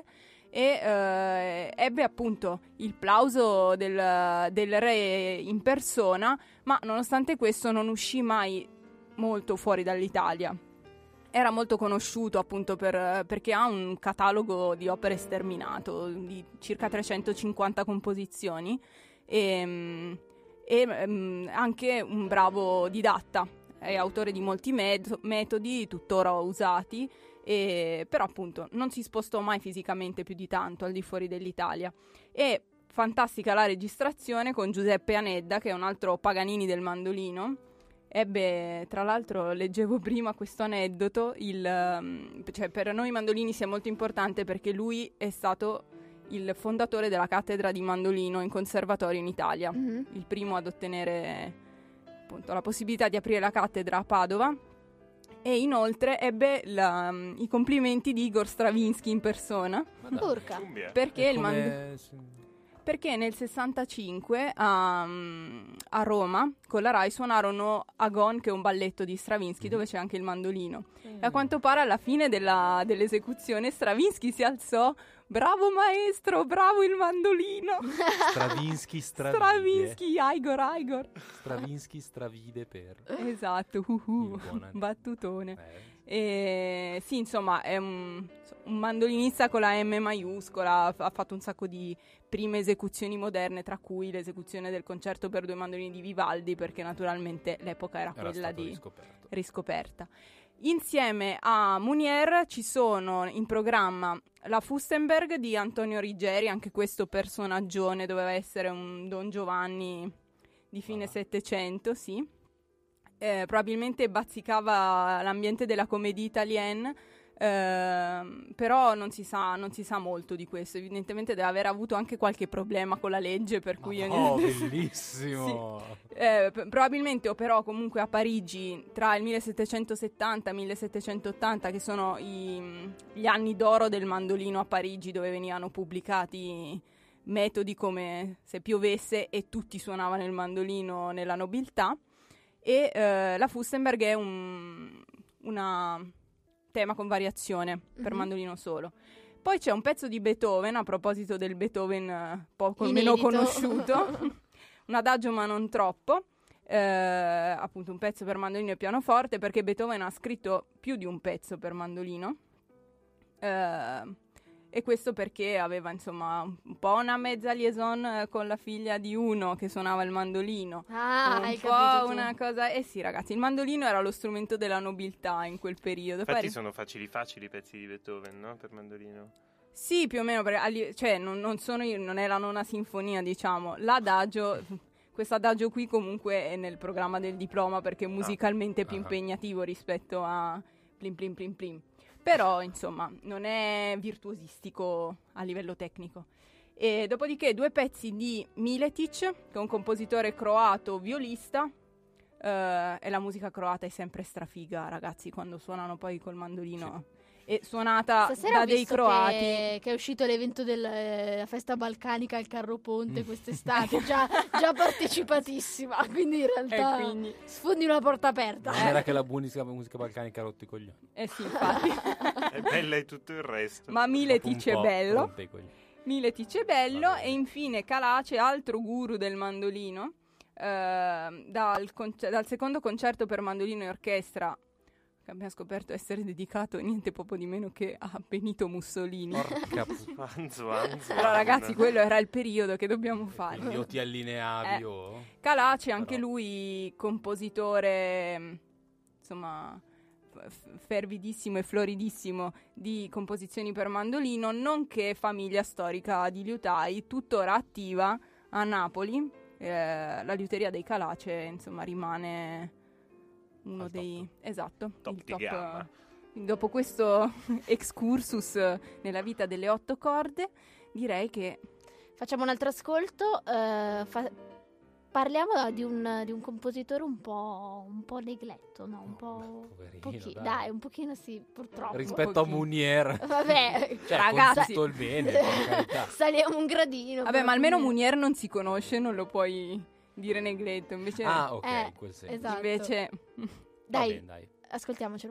Speaker 4: e ebbe appunto il plauso del re in persona, ma nonostante questo non uscì mai molto fuori dall'Italia. Era molto conosciuto appunto perché ha un catalogo di opere sterminato di circa 350 composizioni e anche un bravo didatta, è autore di molti metodi tuttora usati, però appunto non si spostò mai fisicamente più di tanto al di fuori dell'Italia. E fantastica la registrazione con Giuseppe Anedda, che è un altro Paganini del mandolino. Tra l'altro leggevo prima questo aneddoto, cioè per noi mandolini sia molto importante perché lui è stato il fondatore della cattedra di mandolino in conservatorio in Italia, il primo ad ottenere appunto la possibilità di aprire la cattedra a Padova, e inoltre ebbe i complimenti di Igor Stravinsky in persona.
Speaker 2: Urca.
Speaker 4: Perché perché nel 65 a Roma con la Rai suonarono Agon, che è un balletto di Stravinsky dove c'è anche il mandolino. E a quanto pare alla fine dell'esecuzione Stravinsky si alzò: bravo maestro, bravo il mandolino.
Speaker 3: Stravinsky,
Speaker 4: Igor.
Speaker 3: Stravinsky, stravide per...
Speaker 4: Esatto, battutone. Sì, insomma, è un mandolinista con la M maiuscola, ha fatto un sacco di prime esecuzioni moderne, tra cui l'esecuzione del concerto per 2 mandolini di Vivaldi, perché naturalmente l'epoca era quella di riscoperta. Insieme a Munier ci sono in programma la Fürstenberg di Antonio Ruggeri, anche questo personaggione, doveva essere un Don Giovanni di fine Settecento, sì. Probabilmente bazzicava l'ambiente della comédie italienne, però non si sa molto di questo. Evidentemente deve aver avuto anche qualche problema con la legge, per cui
Speaker 3: bellissimo.
Speaker 4: Sì. Probabilmente operò comunque a Parigi tra il 1770 e il 1780, che sono gli anni d'oro del mandolino a Parigi, dove venivano pubblicati metodi come se piovesse e tutti suonavano il mandolino nella nobiltà. E la Fürstenberg è una tema con variazione per mandolino solo. Poi c'è un pezzo di Beethoven, a proposito del Beethoven poco meno conosciuto, un adagio ma non troppo, appunto un pezzo per mandolino e pianoforte, perché Beethoven ha scritto più di un pezzo per mandolino, e questo perché aveva insomma un po' una mezza liaison con la figlia di uno che suonava il mandolino,
Speaker 2: hai
Speaker 4: po'
Speaker 2: capito
Speaker 4: una cosa. Sì, ragazzi, il mandolino era lo strumento della nobiltà in quel periodo.
Speaker 5: Infatti sono facili i pezzi di Beethoven, no? Per mandolino.
Speaker 4: Sì, più o meno, cioè non erano una sinfonia, diciamo. L'adagio, questo adagio qui comunque è nel programma del diploma, perché è musicalmente più impegnativo rispetto a plim plim plim plim. Però, insomma, non è virtuosistico a livello tecnico. E dopodiché 2 pezzi di Miletic, che è un compositore croato violista, e la musica croata è sempre strafiga, ragazzi, quando suonano poi col mandolino. Sì. E suonata
Speaker 2: stasera
Speaker 4: da dei croati.
Speaker 2: Che è uscito l'evento della festa balcanica al Carro Ponte quest'estate, già partecipatissima, quindi in realtà sfondi una porta aperta.
Speaker 3: Non era che la musica balcanica ha rotto i coglioni.
Speaker 4: Sì, infatti.
Speaker 5: È bella e tutto il resto.
Speaker 4: Ma Miletic è bello. Miletic è bello. E infine Kalace, altro guru del mandolino, dal secondo concerto per mandolino e orchestra, che abbiamo scoperto essere dedicato niente poco di meno che a Benito Mussolini.
Speaker 3: Porca
Speaker 5: Anzo.
Speaker 4: Però ragazzi, quello era il periodo che dobbiamo fare.
Speaker 3: Io ti allineavi
Speaker 4: Kalace, anche lui compositore, insomma, fervidissimo e floridissimo di composizioni per mandolino, nonché famiglia storica di liutai, tuttora attiva a Napoli. La liuteria dei Calace, insomma, rimane uno
Speaker 3: Al
Speaker 4: dei...
Speaker 3: top.
Speaker 4: Esatto,
Speaker 5: Top
Speaker 4: il
Speaker 5: di
Speaker 4: top.
Speaker 5: gamma.
Speaker 4: Dopo questo excursus nella vita delle 8 corde, direi che...
Speaker 2: Facciamo un altro ascolto. Parliamo di un compositore un po' negletto, no? Un po'.
Speaker 3: Poverino,
Speaker 2: Dai, un pochino sì, purtroppo.
Speaker 3: Rispetto a Munier.
Speaker 2: Vabbè,
Speaker 3: Cioè,
Speaker 4: Ragazzi.
Speaker 3: con tutto il bene, per carità.
Speaker 2: saliamo un gradino.
Speaker 4: Vabbè, ma almeno Munier non si conosce, non lo puoi dire negletto. Invece...
Speaker 3: Ah, ok, in quel senso.
Speaker 2: esatto.
Speaker 4: Invece...
Speaker 3: Va
Speaker 2: Dai,
Speaker 3: bene, dai.
Speaker 2: ascoltiamocelo.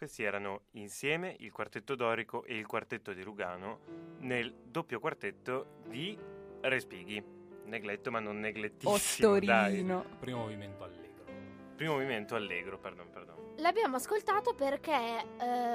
Speaker 5: Questi erano insieme il quartetto dorico e il quartetto di Lugano nel doppio quartetto di Respighi. Negletto ma non neglettissimo, dai.
Speaker 3: Primo movimento allegro.
Speaker 5: Primo movimento allegro, pardon.
Speaker 2: L'abbiamo ascoltato perché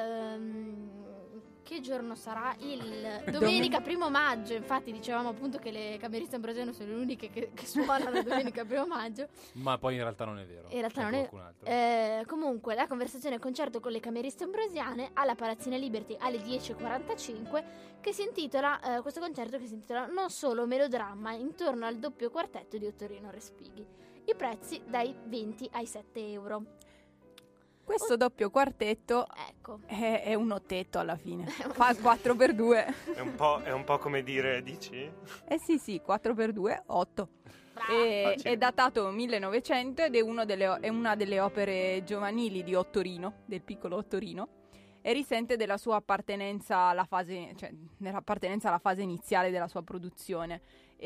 Speaker 2: che giorno sarà? Il domenica 1 maggio. Infatti dicevamo appunto che le Cameriste Ambrosiane sono le uniche che suonano domenica 1 maggio.
Speaker 3: Ma poi in realtà non è vero.
Speaker 2: In realtà non è. Comunque la conversazione concerto con le Cameriste Ambrosiane alla Palazzina Liberty alle 10:45, che si intitola questo concerto che si intitola Non solo melodramma intorno al doppio quartetto di Ottorino Respighi. I prezzi dai 20 ai 7 euro.
Speaker 4: Questo doppio quartetto
Speaker 2: Ecco.
Speaker 4: è un ottetto alla fine. Fa 4x2.
Speaker 5: È un po' come dire, dici?
Speaker 4: Sì, 4x2, 8. È datato 1900 ed è una delle opere giovanili di Ottorino, del piccolo Ottorino, e risente della sua appartenenza alla fase, nell'appartenenza alla fase iniziale della sua produzione.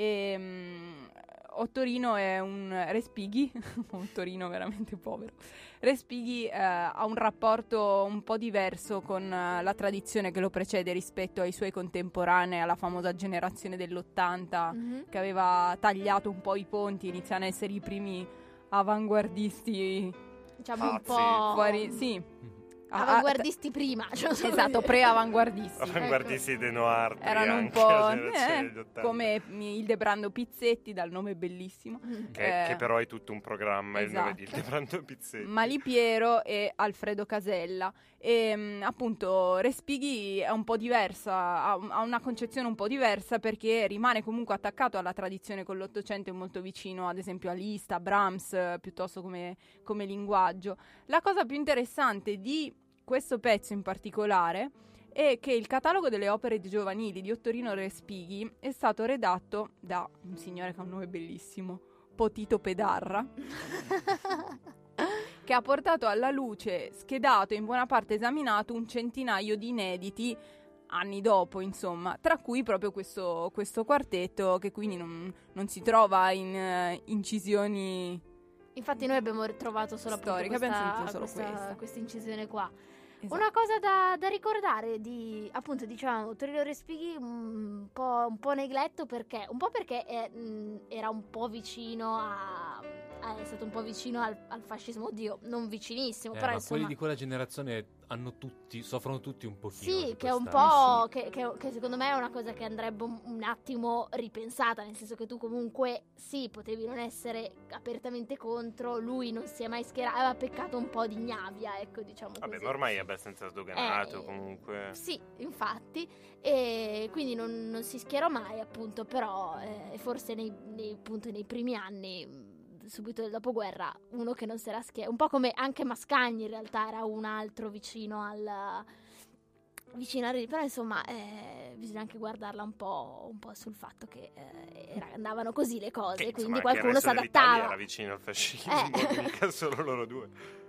Speaker 4: Ottorino è un Respighi, un Torino veramente povero. Respighi ha un rapporto un po' diverso con la tradizione che lo precede rispetto ai suoi contemporanei, alla famosa generazione dell'80 che aveva tagliato un po' i ponti, iniziano a essere i primi avanguardisti,
Speaker 2: diciamo un po'
Speaker 4: fuori, sì.
Speaker 2: Avanguardisti prima,
Speaker 4: esatto, pre-avanguardisti.
Speaker 5: Avanguardisti de Noir.
Speaker 4: Erano un po' come Ildebrando Pizzetti, dal nome bellissimo.
Speaker 5: Che però è tutto un programma,
Speaker 4: esatto.
Speaker 5: Il nome di Ildebrando Pizzetti.
Speaker 4: Malipiero e Alfredo Casella. E appunto Respighi è un po' diversa, ha una concezione un po' diversa, perché rimane comunque attaccato alla tradizione con l'Ottocento e molto vicino ad esempio a Liszt, a Brahms, piuttosto come linguaggio. La cosa più interessante di questo pezzo in particolare è che il catalogo delle opere giovanili di Ottorino Respighi è stato redatto da un signore che ha un nome bellissimo, Potito Pedarra, che ha portato alla luce, schedato e in buona parte esaminato, un centinaio di inediti anni dopo, insomma, tra cui proprio questo quartetto, che quindi non si trova in incisioni.
Speaker 2: Infatti noi abbiamo trovato solo
Speaker 4: storiche, abbiamo sentito solo
Speaker 2: questa incisione qua.
Speaker 4: Esatto.
Speaker 2: Una cosa da ricordare appunto diciamo Torino Respighi un po' negletto, perché era un po' vicino è stato un po' vicino al fascismo, oddio, non vicinissimo, però
Speaker 3: ma
Speaker 2: insomma
Speaker 3: quelli di quella generazione soffrono tutti un pochino.
Speaker 2: sì, che è un po' che secondo me è una cosa che andrebbe un attimo ripensata, nel senso che tu comunque sì, potevi non essere apertamente contro, lui non si è mai schierato, aveva peccato un po' di ignavia, ecco, diciamo così.
Speaker 5: Vabbè, ma ormai è abbastanza sdoganato comunque.
Speaker 2: Sì, infatti, e quindi non si schierò mai, appunto, però forse nei primi anni, subito del dopoguerra, uno che non si era schierato, un po' come anche Mascagni in realtà era un altro vicino al però insomma bisogna anche guardarla un po' sul fatto che andavano così le cose,
Speaker 5: che,
Speaker 2: quindi
Speaker 5: insomma,
Speaker 2: qualcuno si adattava.
Speaker 5: L'Italia era vicino al fascismo, mica solo loro due.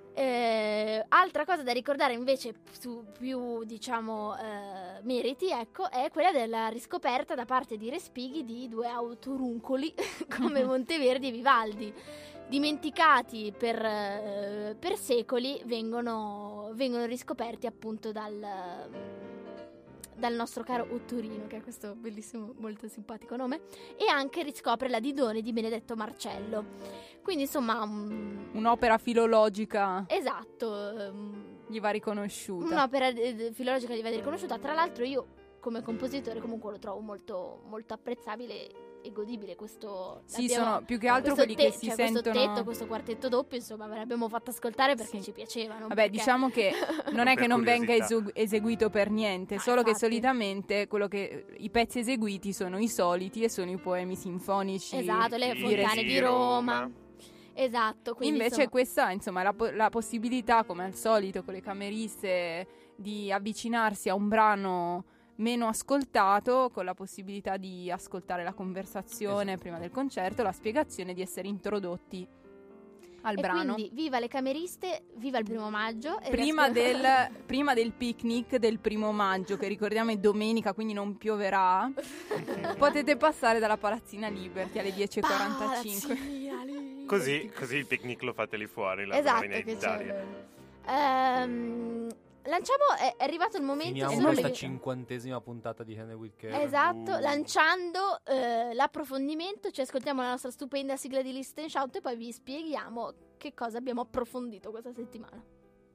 Speaker 2: Altra cosa da ricordare invece su più diciamo meriti, ecco, è quella della riscoperta da parte di Respighi di due autoruncoli come Monteverdi e Vivaldi, dimenticati per secoli, vengono riscoperti appunto dal nostro caro Ottorino, che è questo bellissimo, molto simpatico nome, e anche riscopre la Didone di Benedetto Marcello. Quindi insomma
Speaker 4: un'opera filologica.
Speaker 2: Esatto,
Speaker 4: gli va riconosciuta.
Speaker 2: Un'opera filologica gli va riconosciuta. Tra l'altro io come compositore comunque lo trovo molto, molto apprezzabile e godibile questo.
Speaker 4: Sì, sono più che altro quelli che si sentono.
Speaker 2: Questo quartetto doppio, insomma, ve l'abbiamo fatto ascoltare perché ci piacevano.
Speaker 4: Vabbè, diciamo che non è che non venga eseguito per niente, solo
Speaker 2: infatti.
Speaker 4: Che solitamente i pezzi eseguiti sono i soliti e sono i poemi sinfonici.
Speaker 2: Esatto, le fontane di Roma. Esatto, quindi
Speaker 4: invece questa, insomma, la possibilità, come al solito con le cameriste, di avvicinarsi a un brano meno ascoltato, con la possibilità di ascoltare la conversazione prima del concerto, la spiegazione, di essere introdotti al brano.
Speaker 2: Quindi viva le cameriste, viva il 1 maggio.
Speaker 4: Prima del picnic del 1 maggio, che ricordiamo è domenica, quindi non pioverà, potete passare dalla Palazzina Liberty alle 10:45.
Speaker 5: Così il picnic lo fate lì fuori, la
Speaker 2: esatto,
Speaker 5: in Italia.
Speaker 2: La lanciamo, è arrivato il momento.
Speaker 3: Finiamo
Speaker 2: secondo
Speaker 3: questa
Speaker 2: me-
Speaker 3: 50ª puntata di Henry Will Care.
Speaker 2: Esatto, lanciando l'approfondimento, ci ascoltiamo la nostra stupenda sigla di Listen Shout e poi vi spieghiamo che cosa abbiamo approfondito questa settimana.